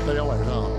大家晚上好。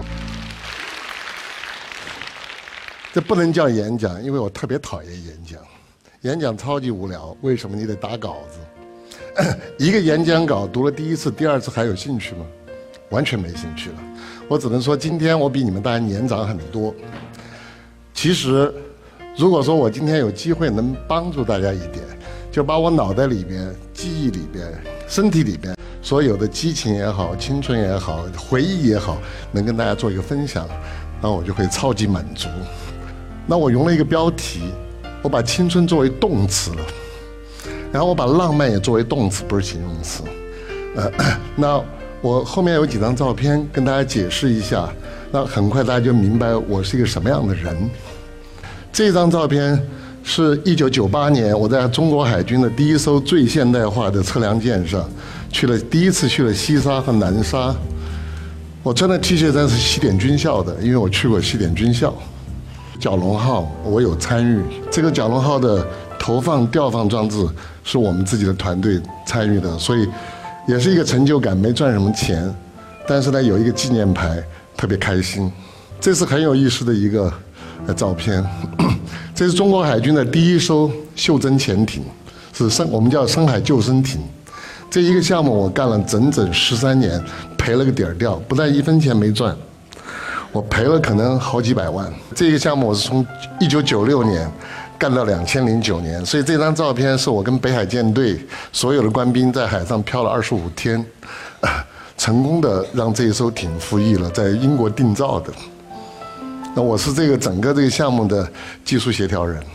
这不能叫演讲，因为我特别讨厌演讲。演讲超级无聊，为什么？你得打稿子。一个演讲稿读了第一次、第二次还有兴趣吗？完全没兴趣了。我只能说，今天我比你们大家年长很多。其实，如果说我今天有机会能帮助大家一点，就把我脑袋里边、记忆里边、身体里边所有的激情也好、青春也好、回忆也好，能跟大家做一个分享，那我就会超级满足。那我用了一个标题，我把青春作为动词了，然后我把浪漫也作为动词，不是形容词。那我后面有几张照片跟大家解释一下，那很快大家就明白我是一个什么样的人。这张照片是1998年我在中国海军的第一艘最现代化的测量舰上第一次去了西沙和南沙。我穿的 T 恤衫是西点军校的，因为我去过西点军校。蛟龙号我有参与，这个蛟龙号的投放吊放装置是我们自己的团队参与的，所以也是一个成就感，没赚什么钱，但是呢有一个纪念牌，特别开心。这是很有意思的一个照片，这是中国海军的第一艘袖珍潜艇，是我们叫深海救生艇。这一个项目我干了整整13年，赔了个底儿掉，不但1分钱没赚，我赔了可能好几百万。这个项目我是从1996年干到2009年，所以这张照片是我跟北海舰队所有的官兵在海上漂了25天，成功的让这一艘艇服役了，在英国定造的。那我是整个这个项目的技术协调人。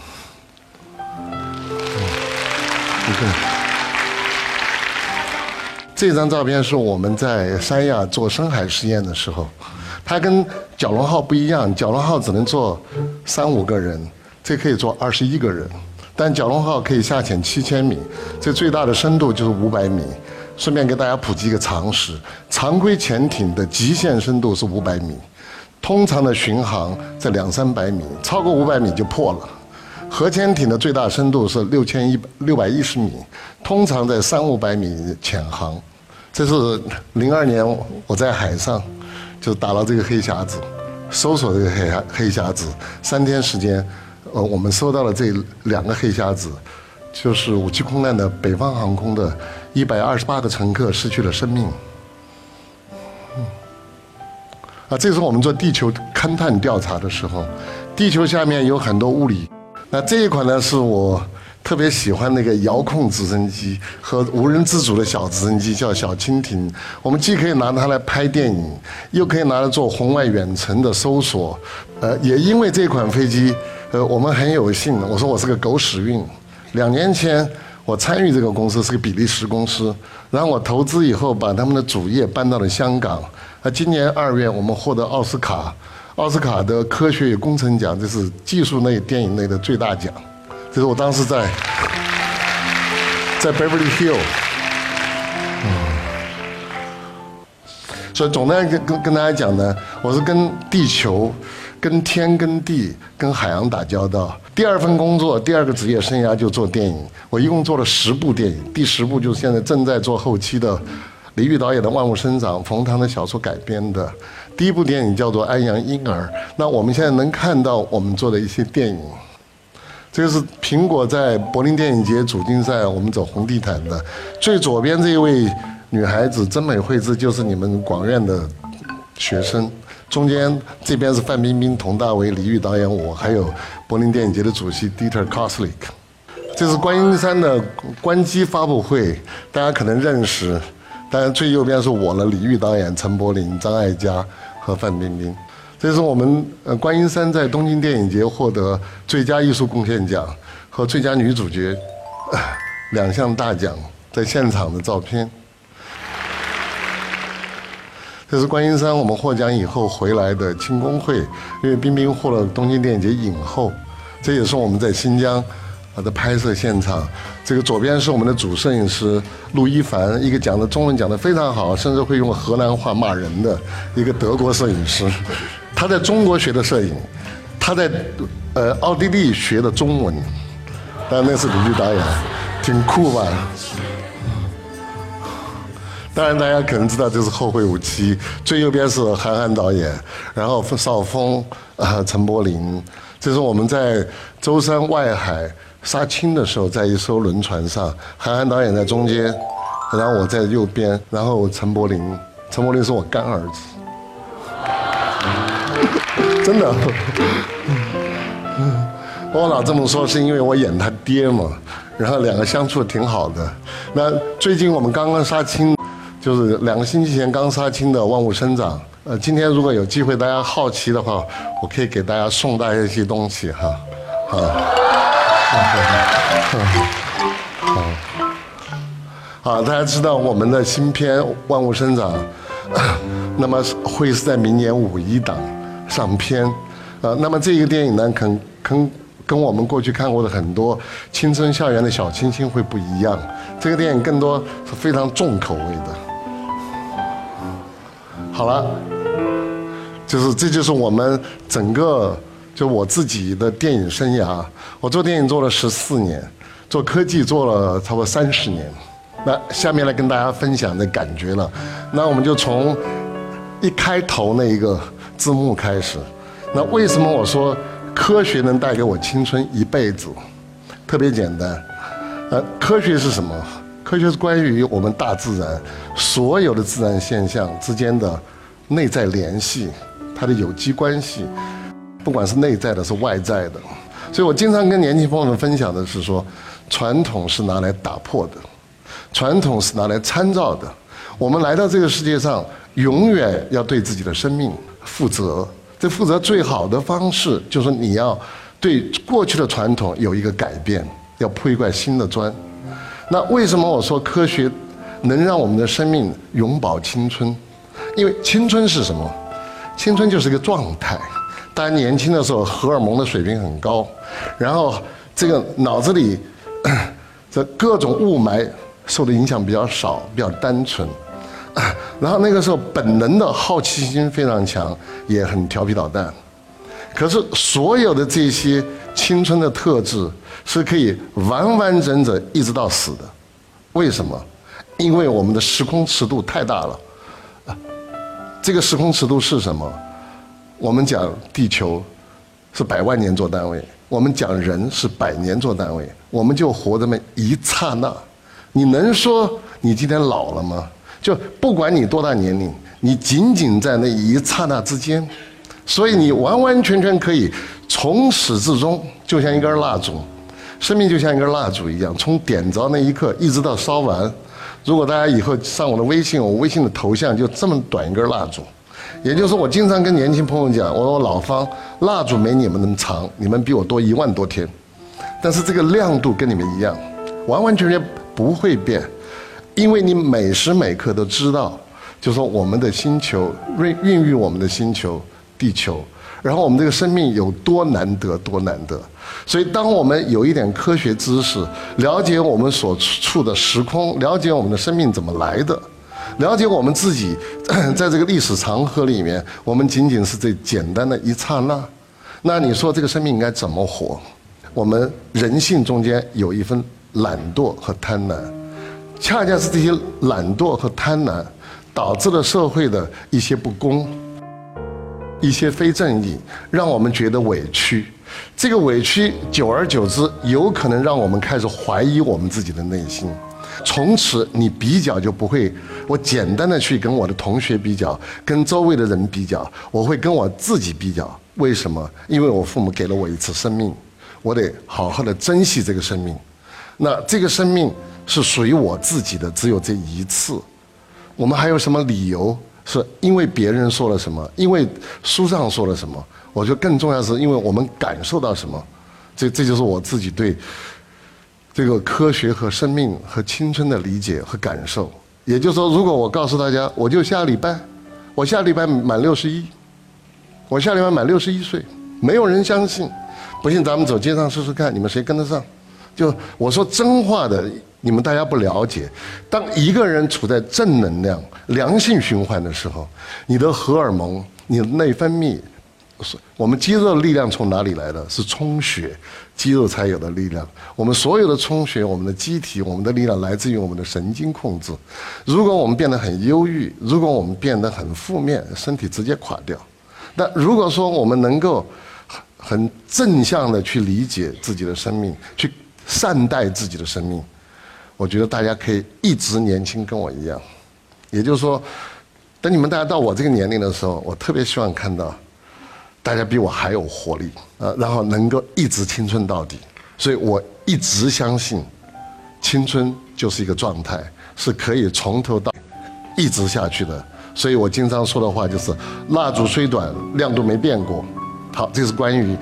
这张照片是我们在三亚做深海实验的时候，它跟蛟龙号不一样，蛟龙号只能坐3、5个人，这可以坐21个人，但蛟龙号可以下潜7000米，这最大的深度就是500米。顺便给大家普及一个常识，常规潜艇的极限深度是500米，通常的巡航在200-300米，超过500米就破了。核潜艇的最大深度是610米，通常在300-500米潜航。这是02年我在海上就打到这个黑匣子，搜索这个黑匣子，3天时间，我们收到了这2个黑匣子，就是武器空难的北方航空的128个乘客失去了生命。这是我们做地球勘探调查的时候，地球下面有很多物理。那这一款呢，是我特别喜欢那个遥控直升机和无人自主的小直升机，叫小蜻蜓。我们既可以拿它来拍电影，又可以拿来做红外远程的搜索。也因为这款飞机，我们很有幸，我说我是个狗屎运。2年前我参与这个公司是个比利时公司，然后我投资以后把他们的主业搬到了香港。今年2月我们获得奥斯卡的科学与工程奖，这是技术类、电影类的最大奖。这是我当时在 Beverly Hills。所以总的跟大家讲呢，我是跟地球、跟天、跟地、跟海洋打交道。第2份工作，第2个职业生涯就做电影。我一共做了10部电影，第10部就是现在正在做后期的李玉导演的《万物生长》，冯唐的小说改编的。第1部电影叫做《安阳婴儿》。那我们现在能看到我们做的一些电影，这个是苹果在柏林电影节主竞赛我们走红地毯的。最左边这一位女孩子真美惠子，就是你们广院的学生。中间这边是范冰冰、佟大为、李玉导演，我还有柏林电影节的主席 Dieter Kostlik。这是观音山的关机发布会，大家可能认识。当然最右边是我了，李玉导演、陈柏霖、张艾嘉和范冰冰。这是我们观音山在东京电影节获得最佳艺术贡献奖和最佳女主角2项大奖在现场的照片。这是观音山我们获奖以后回来的庆功会，因为冰冰获了东京电影节影后。这也是我们在新疆的拍摄现场。这个左边是我们的主摄影师陆一凡，一个讲的中文讲得非常好，甚至会用河南话骂人的一个德国摄影师。他在中国学的摄影，他在奥地利学的中文。当然那是李玉导演，挺酷吧？ 当然，大家可能知道这是《后会无期》，最右边是韩寒导演，然后邵峰、陈柏霖。这是我们在舟山外海杀青的时候，在一艘轮船上，韩寒导演在中间，然后我在右边，然后陈柏霖是我干儿子，真的。我老这么说是因为我演他爹嘛，然后两个相处挺好的。那最近我们刚刚杀青，就是2个星期前刚杀青的《万物生长》。今天如果有机会，大家好奇的话，我可以给大家送大家一些东西哈。好，大家知道我们的新片《万物生长》，那么会是在明年5·1档上片。那么这个电影呢，跟我们过去看过的很多青春校园的小清新会不一样。这个电影更多是非常重口味的。好了，这就是我们整个就我自己的电影生涯。我做电影做了14年，做科技做了差不多30年。那下面来跟大家分享的感觉了。那我们就从一开头那一个字幕开始。那为什么我说科学能带给我青春一辈子？特别简单，科学是什么？科学是关于我们大自然所有的自然现象之间的内在联系，它的有机关系，不管是内在的是外在的。所以我经常跟年轻朋友们分享的是说，传统是拿来打破的，传统是拿来参照的。我们来到这个世界上，永远要对自己的生命负责。这负责最好的方式就是你要对过去的传统有一个改变，要铺一块新的砖。那为什么我说科学能让我们的生命永葆青春？因为青春是什么？青春就是一个状态。大家年轻的时候，荷尔蒙的水平很高，然后这个脑子里这各种雾霾受的影响比较少，比较单纯。然后那个时候本能的好奇心非常强，也很调皮捣蛋。可是所有的这些青春的特质是可以完完整整一直到死的。为什么？因为我们的时空尺度太大了。这个时空尺度是什么？我们讲地球是100万年做单位，我们讲人是100年做单位，我们就活这么一刹那。你能说你今天老了吗？就不管你多大年龄，你仅仅在那一刹那之间，所以你完完全全可以从始至终，就像一根蜡烛，生命就像一根蜡烛一样，从点着那一刻一直到烧完。如果大家以后上我的微信，我微信的头像就这么短一根蜡烛，也就是说，我经常跟年轻朋友讲，我说老方，蜡烛没你们那么长，你们比我多1万多天，但是这个亮度跟你们一样，完完全全不会变。因为你每时每刻都知道，就是说我们的星球孕育我们的星球地球，然后我们这个生命有多难得多难得。所以当我们有一点科学知识，了解我们所处的时空，了解我们的生命怎么来的，了解我们自己在这个历史长河里面，我们仅仅是这简单的一刹那。那你说这个生命应该怎么活？我们人性中间有一份懒惰和贪婪。恰恰是这些懒惰和贪婪，导致了社会的一些不公、一些非正义，让我们觉得委屈。这个委屈久而久之，有可能让我们开始怀疑我们自己的内心。从此你比较就不会，我简单的去跟我的同学比较，跟周围的人比较，我会跟我自己比较。为什么？因为我父母给了我一次生命，我得好好的珍惜这个生命。那这个生命是属于我自己的，只有这一次。我们还有什么理由？是因为别人说了什么？因为书上说了什么？我觉得更重要的是，因为我们感受到什么？这就是我自己对这个科学和生命和青春的理解和感受。也就是说，如果我告诉大家，我下礼拜满61，我下礼拜满61岁，没有人相信。不信咱们走街上试试看，你们谁跟得上？就我说真话的，你们大家不了解。当一个人处在正能量、良性循环的时候，你的荷尔蒙、你的内分泌我们肌肉的力量从哪里来的？是充血，肌肉才有的力量。我们所有的充血，我们的机体，我们的力量来自于我们的神经控制。如果我们变得很忧郁，如果我们变得很负面，身体直接垮掉。但如果说我们能够很正向的去理解自己的生命，去善待自己的生命，我觉得大家可以一直年轻，跟我一样。也就是说，等你们大家到我这个年龄的时候，我特别希望看到大家比我还有活力然后能够一直青春到底。所以我一直相信，青春就是一个状态，是可以从头到一直下去的。所以我经常说的话就是：蜡烛虽短，亮度没变过。好，这是关于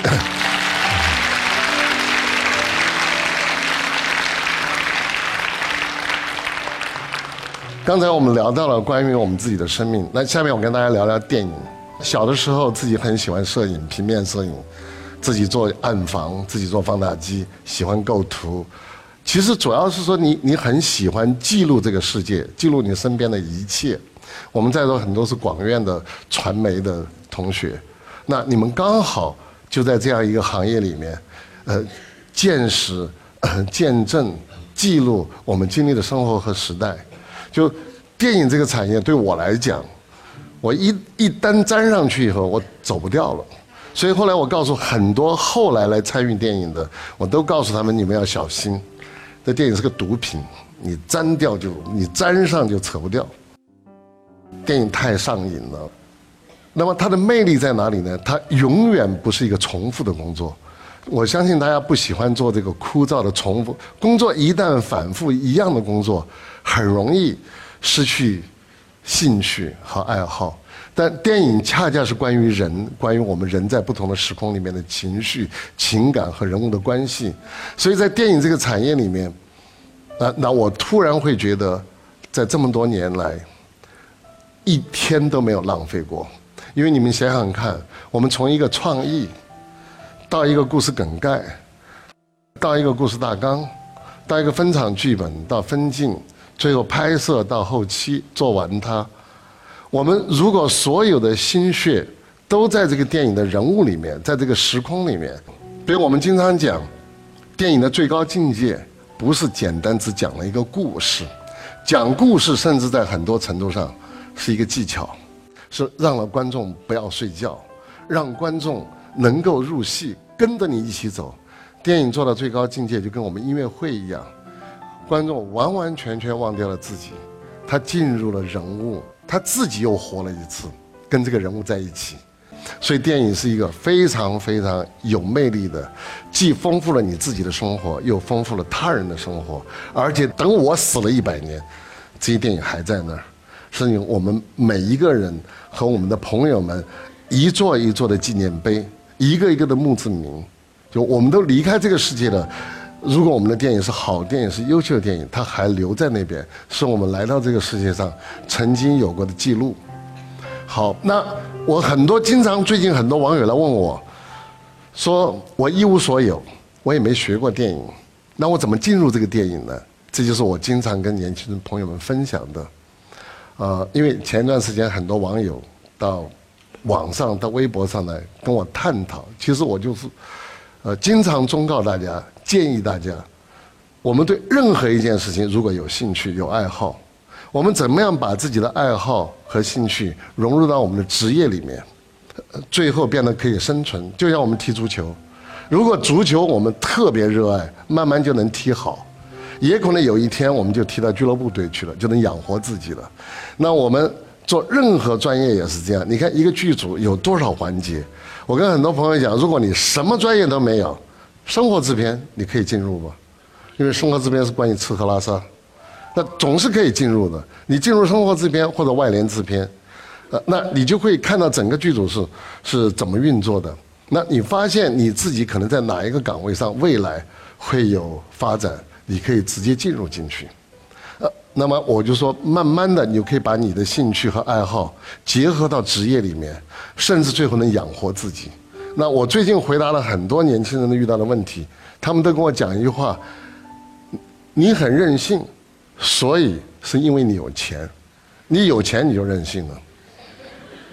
刚才我们聊到了关于我们自己的生命，那下面我跟大家聊聊电影。小的时候自己很喜欢摄影，平面摄影，自己做暗房，自己做放大机，喜欢构图。其实主要是说你很喜欢记录这个世界，记录你身边的一切。我们在座很多是广院的传媒的同学，那你们刚好就在这样一个行业里面，见识、见证、记录我们经历的生活和时代。就电影这个产业对我来讲，我一旦沾上去以后，我走不掉了。所以后来我告诉很多后来来参与电影的，我都告诉他们：你们要小心，这电影是个毒品，你沾上就扯不掉。电影太上瘾了。那么它的魅力在哪里呢？它永远不是一个重复的工作。我相信大家不喜欢做这个枯燥的重复工作，一旦反复一样的工作，很容易失去兴趣和爱好。但电影恰恰是关于人，关于我们人在不同的时空里面的情绪、情感和人物的关系。所以在电影这个产业里面，那我突然会觉得，在这么多年来，一天都没有浪费过。因为你们想想看，我们从一个创意，到一个故事梗概，到一个故事大纲，到一个分场剧本，到分镜，最后拍摄到后期做完它。我们如果所有的心血都在这个电影的人物里面，在这个时空里面，所以我们经常讲，电影的最高境界不是简单只讲了一个故事，讲故事甚至在很多程度上是一个技巧，是让了观众不要睡觉，让观众能够入戏，跟着你一起走。电影做到最高境界，就跟我们音乐会一样，观众完完全全忘掉了自己，他进入了人物，他自己又活了一次，跟这个人物在一起。所以电影是一个非常非常有魅力的，既丰富了你自己的生活，又丰富了他人的生活。而且等我死了100年，这些电影还在那儿，是我们每一个人和我们的朋友们一座一座的纪念碑，一个一个的墓志铭。就我们都离开这个世界了，如果我们的电影是好电影，是优秀的电影，它还留在那边，是我们来到这个世界上曾经有过的记录。好，那我最近很多网友来问我，说我一无所有，我也没学过电影，那我怎么进入这个电影呢？这就是我经常跟年轻人朋友们分享的。因为前一段时间很多网友到网上、到微博上来跟我探讨，其实我就是经常忠告大家，建议大家，我们对任何一件事情如果有兴趣、有爱好，我们怎么样把自己的爱好和兴趣融入到我们的职业里面，最后变得可以生存。就像我们踢足球，如果足球我们特别热爱，慢慢就能踢好，也可能有一天我们就踢到俱乐部队去了，就能养活自己了。那我们做任何专业也是这样，你看一个剧组有多少环节。我跟很多朋友讲，如果你什么专业都没有，生活制片你可以进入吗？因为生活制片是关于吃喝拉撒，那总是可以进入的。你进入生活制片或者外联制片，那你就会看到整个剧组是怎么运作的。那你发现你自己可能在哪一个岗位上未来会有发展，你可以直接进入进去。那么我就说，慢慢的，你就可以把你的兴趣和爱好结合到职业里面，甚至最后能养活自己。那我最近回答了很多年轻人遇到的问题，他们都跟我讲一句话：你很任性，所以是因为你有钱，你有钱你就任性了。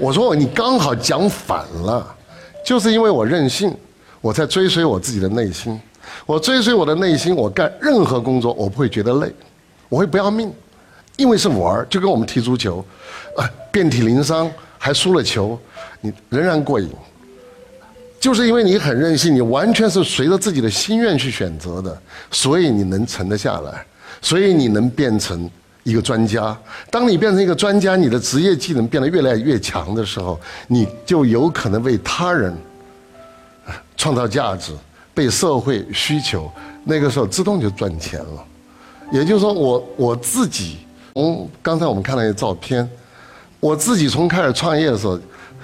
我说你刚好讲反了，就是因为我任性，我在追随我自己的内心。我追随我的内心，我干任何工作我不会觉得累，我会不要命，因为是玩，就跟我们踢足球，遍体鳞伤还输了球，你仍然过瘾。就是因为你很任性，你完全是随着自己的心愿去选择的，所以你能沉得下来，所以你能变成一个专家。当你变成一个专家，你的职业技能变得越来越强的时候，你就有可能为他人创造价值，被社会需求，那个时候自动就赚钱了。也就是说我自己，刚才我们看了一个照片，我自己从开始创业的时候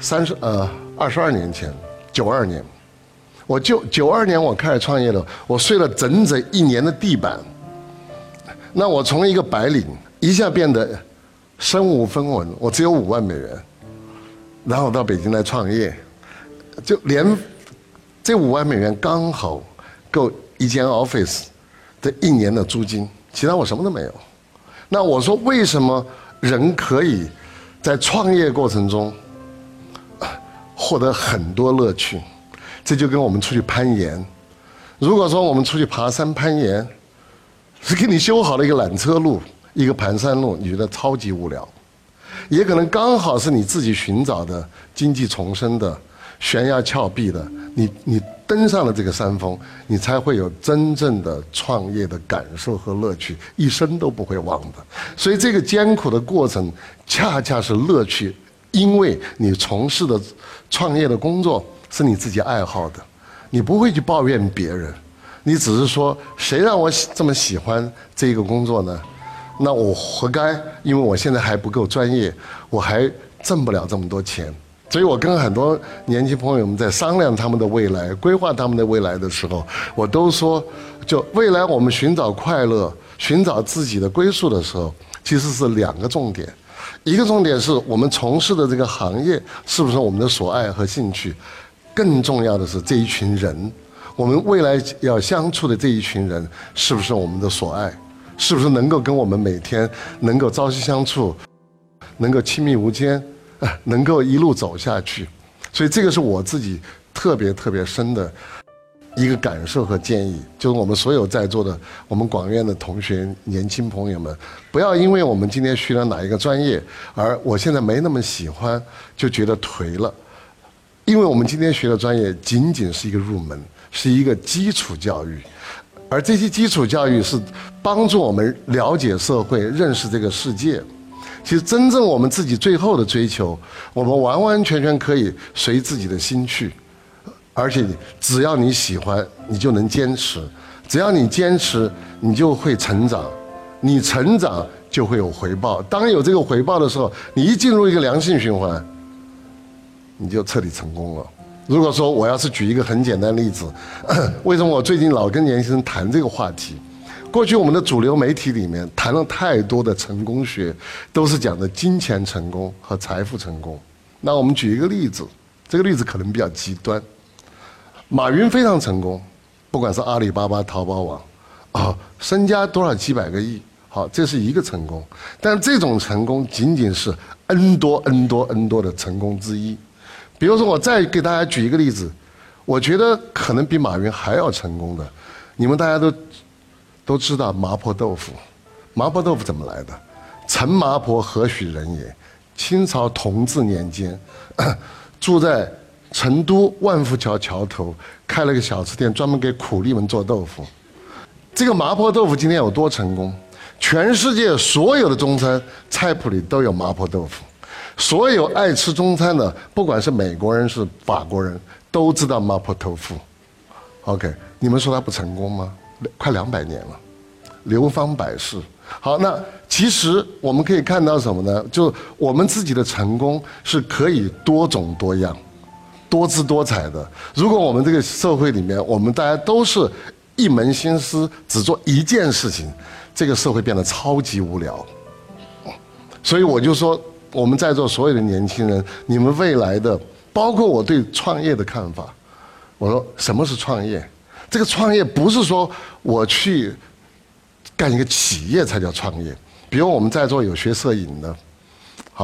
，22年前，92年，我就92年我开始创业的，我睡了整整1年的地板。那我从一个白领一下变得身无分文，我只有5万美元，然后到北京来创业，就连这5万美元刚好够一间 office 的1年的租金，其他我什么都没有。那我说为什么人可以在创业过程中获得很多乐趣？这就跟我们出去攀岩，如果说我们出去爬山攀岩，是给你修好了一个缆车路，一个盘山路，你觉得超级无聊，也可能刚好是你自己寻找的经济重生的悬崖峭壁的，你登上了这个山峰，你才会有真正的创业的感受和乐趣，一生都不会忘的。所以这个艰苦的过程恰恰是乐趣，因为你从事的创业的工作是你自己爱好的，你不会去抱怨别人，你只是说谁让我这么喜欢这个工作呢？那我活该，因为我现在还不够专业，我还挣不了这么多钱。所以我跟很多年轻朋友们在商量他们的未来，规划他们的未来的时候，我都说，就未来我们寻找快乐，寻找自己的归宿的时候，其实是2个重点。一个重点是我们从事的这个行业是不是我们的所爱和兴趣，更重要的是这一群人，我们未来要相处的这一群人是不是我们的所爱，是不是能够跟我们每天能够朝夕相处，能够亲密无间，能够一路走下去。所以这个是我自己特别深的一个感受和建议，就是我们所有在座的我们广院的同学年轻朋友们，不要因为我们今天学了哪一个专业，而我现在没那么喜欢就觉得颓了。因为我们今天学的专业仅仅是一个入门，是一个基础教育，而这些基础教育是帮助我们了解社会，认识这个世界。其实真正我们自己最后的追求，我们完完全全可以随自己的心去，而且只要你喜欢，你就能坚持，只要你坚持，你就会成长，你成长就会有回报。当有这个回报的时候，你一进入一个良性循环，你就彻底成功了。如果说我要是举一个很简单的例子，为什么我最近老跟年轻人谈这个话题？过去我们的主流媒体里面谈了太多的成功学，都是讲的金钱成功和财富成功。那我们举一个例子，这个例子可能比较极端。马云非常成功，不管是阿里巴巴、淘宝网，身家多少几百个亿，好，这是一个成功。但这种成功仅仅是 N 多的成功之一。比如说，我再给大家举一个例子，我觉得可能比马云还要成功的，你们大家都知道麻婆豆腐。麻婆豆腐怎么来的？陈麻婆何许人也？清朝同治年间，住在成都万福桥桥头，开了个小吃店，专门给苦力们做豆腐。这个麻婆豆腐今天有多成功？全世界所有的中餐菜谱里都有麻婆豆腐。所有爱吃中餐的，不管是美国人是法国人，都知道麻婆豆腐。OK， 你们说它不成功吗？快200年了，流芳百世。好，那其实我们可以看到什么呢？就我们自己的成功是可以多种多样、多姿多彩的。如果我们这个社会里面，我们大家都是一门心思只做一件事情，这个社会变得超级无聊。所以我就说，我们在座所有的年轻人，你们未来的，包括我对创业的看法，我说什么是创业？这个创业不是说我去干一个企业才叫创业。比如我们在座有学摄影的，好，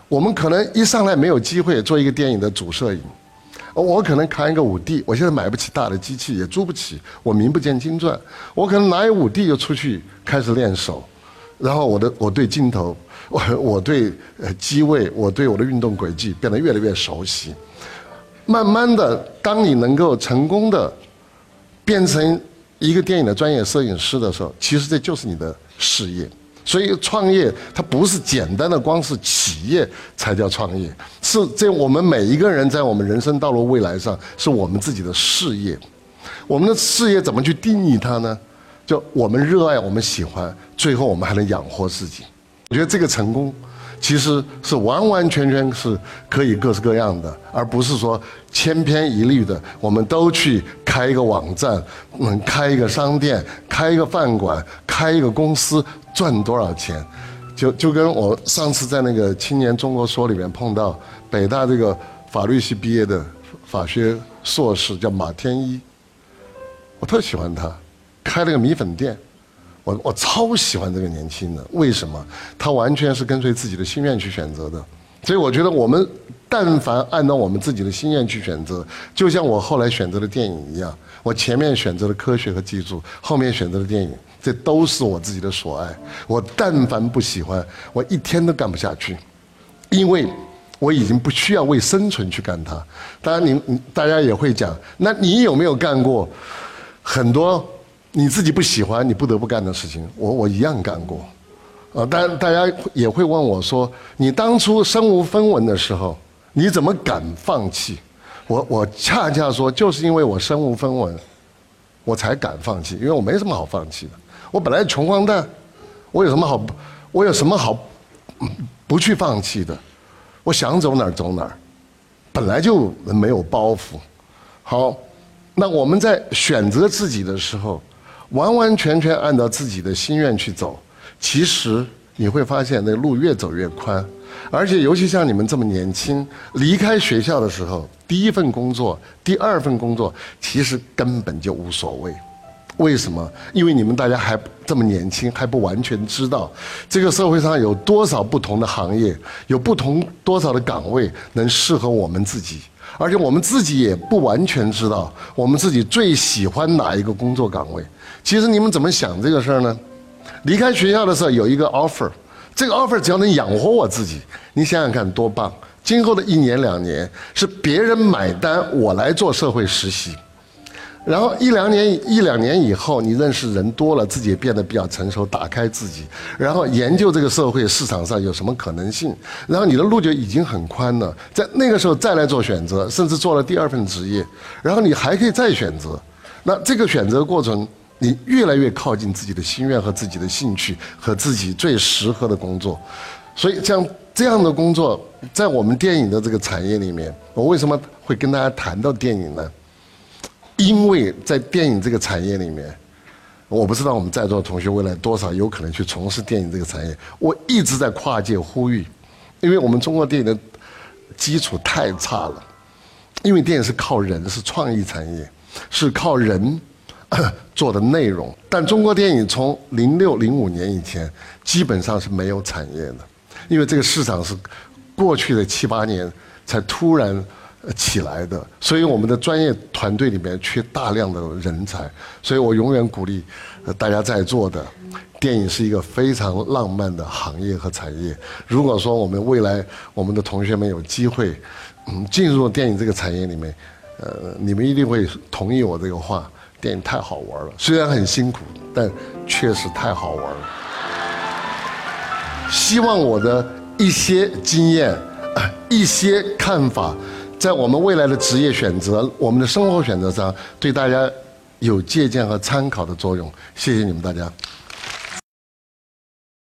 我们可能一上来没有机会做一个电影的主摄影，我可能扛一个5D，我现在买不起大的机器，也租不起，我名不见经传，我可能拿一5D就出去开始练手，然后我对镜头，我对机位，我对我的运动轨迹变得越来越熟悉。慢慢的，当你能够成功的变成一个电影的专业摄影师的时候，其实这就是你的事业。所以创业它不是简单的光是企业才叫创业，是这我们每一个人在我们人生道路未来上是我们自己的事业。我们的事业怎么去定义它呢？就我们热爱，我们喜欢，最后我们还能养活自己。我觉得这个成功其实是完完全全是可以各式各样的，而不是说千篇一律的，我们都去开一个网站，开一个商店，开一个饭馆，开一个公司，赚多少钱？就跟我上次在那个青年中国说里面碰到北大这个法律系毕业的法学硕士叫马天一，我特喜欢他，开了个米粉店。我超喜欢这个年轻人，为什么？他完全是跟随自己的心愿去选择的。所以我觉得我们但凡按照我们自己的心愿去选择，就像我后来选择的电影一样，我前面选择了科学和技术，后面选择了电影，这都是我自己的所爱。我但凡不喜欢，我一天都干不下去，因为我已经不需要为生存去干它。当然大家也会讲，那你有没有干过很多你自己不喜欢你不得不干的事情？我一样干过，当然大家也会问我说，你当初身无分文的时候，你怎么敢放弃？我恰恰说，就是因为我身无分文，我才敢放弃，因为我没什么好放弃的。我本来穷光蛋，我有什么好不去放弃的？我想走哪儿走哪儿，本来就没有包袱。好，那我们在选择自己的时候，完完全全按照自己的心愿去走，其实你会发现那路越走越宽。而且尤其像你们这么年轻，离开学校的时候，第一份工作、第二份工作，其实根本就无所谓。为什么？因为你们大家还这么年轻，还不完全知道这个社会上有多少不同的行业，有多少的岗位能适合我们自己。而且我们自己也不完全知道我们自己最喜欢哪一个工作岗位。其实你们怎么想这个事儿呢？离开学校的时候有一个 offer， 这个 offer 只要能养活我自己，你想想看多棒！今后的1年2年是别人买单，我来做社会实习。然后一两年以后，你认识人多了，自己也变得比较成熟，打开自己，然后研究这个社会市场上有什么可能性，然后你的路就已经很宽了。在那个时候再来做选择，甚至做了第2份职业，然后你还可以再选择。那这个选择过程，你越来越靠近自己的心愿和自己的兴趣和自己最适合的工作。所以像这样的工作，在我们电影的这个产业里面，我为什么会跟大家谈到电影呢？因为在电影这个产业里面，我不知道我们在座的同学未来多少有可能去从事电影这个产业。我一直在跨界呼吁，因为我们中国电影的基础太差了。因为电影是靠人，是创意产业，是靠人做的内容。但中国电影从06、05年以前基本上是没有产业的，因为这个市场是过去的7、8年才突然起来的，所以我们的专业团队里面缺大量的人才。所以我永远鼓励大家在座的，电影是一个非常浪漫的行业和产业。如果说我们未来我们的同学们有机会进入电影这个产业里面，你们一定会同意我这个话，电影太好玩了，虽然很辛苦，但确实太好玩了。希望我的一些经验、一些看法，在我们未来的职业选择、我们的生活选择上，对大家有借鉴和参考的作用。谢谢你们大家。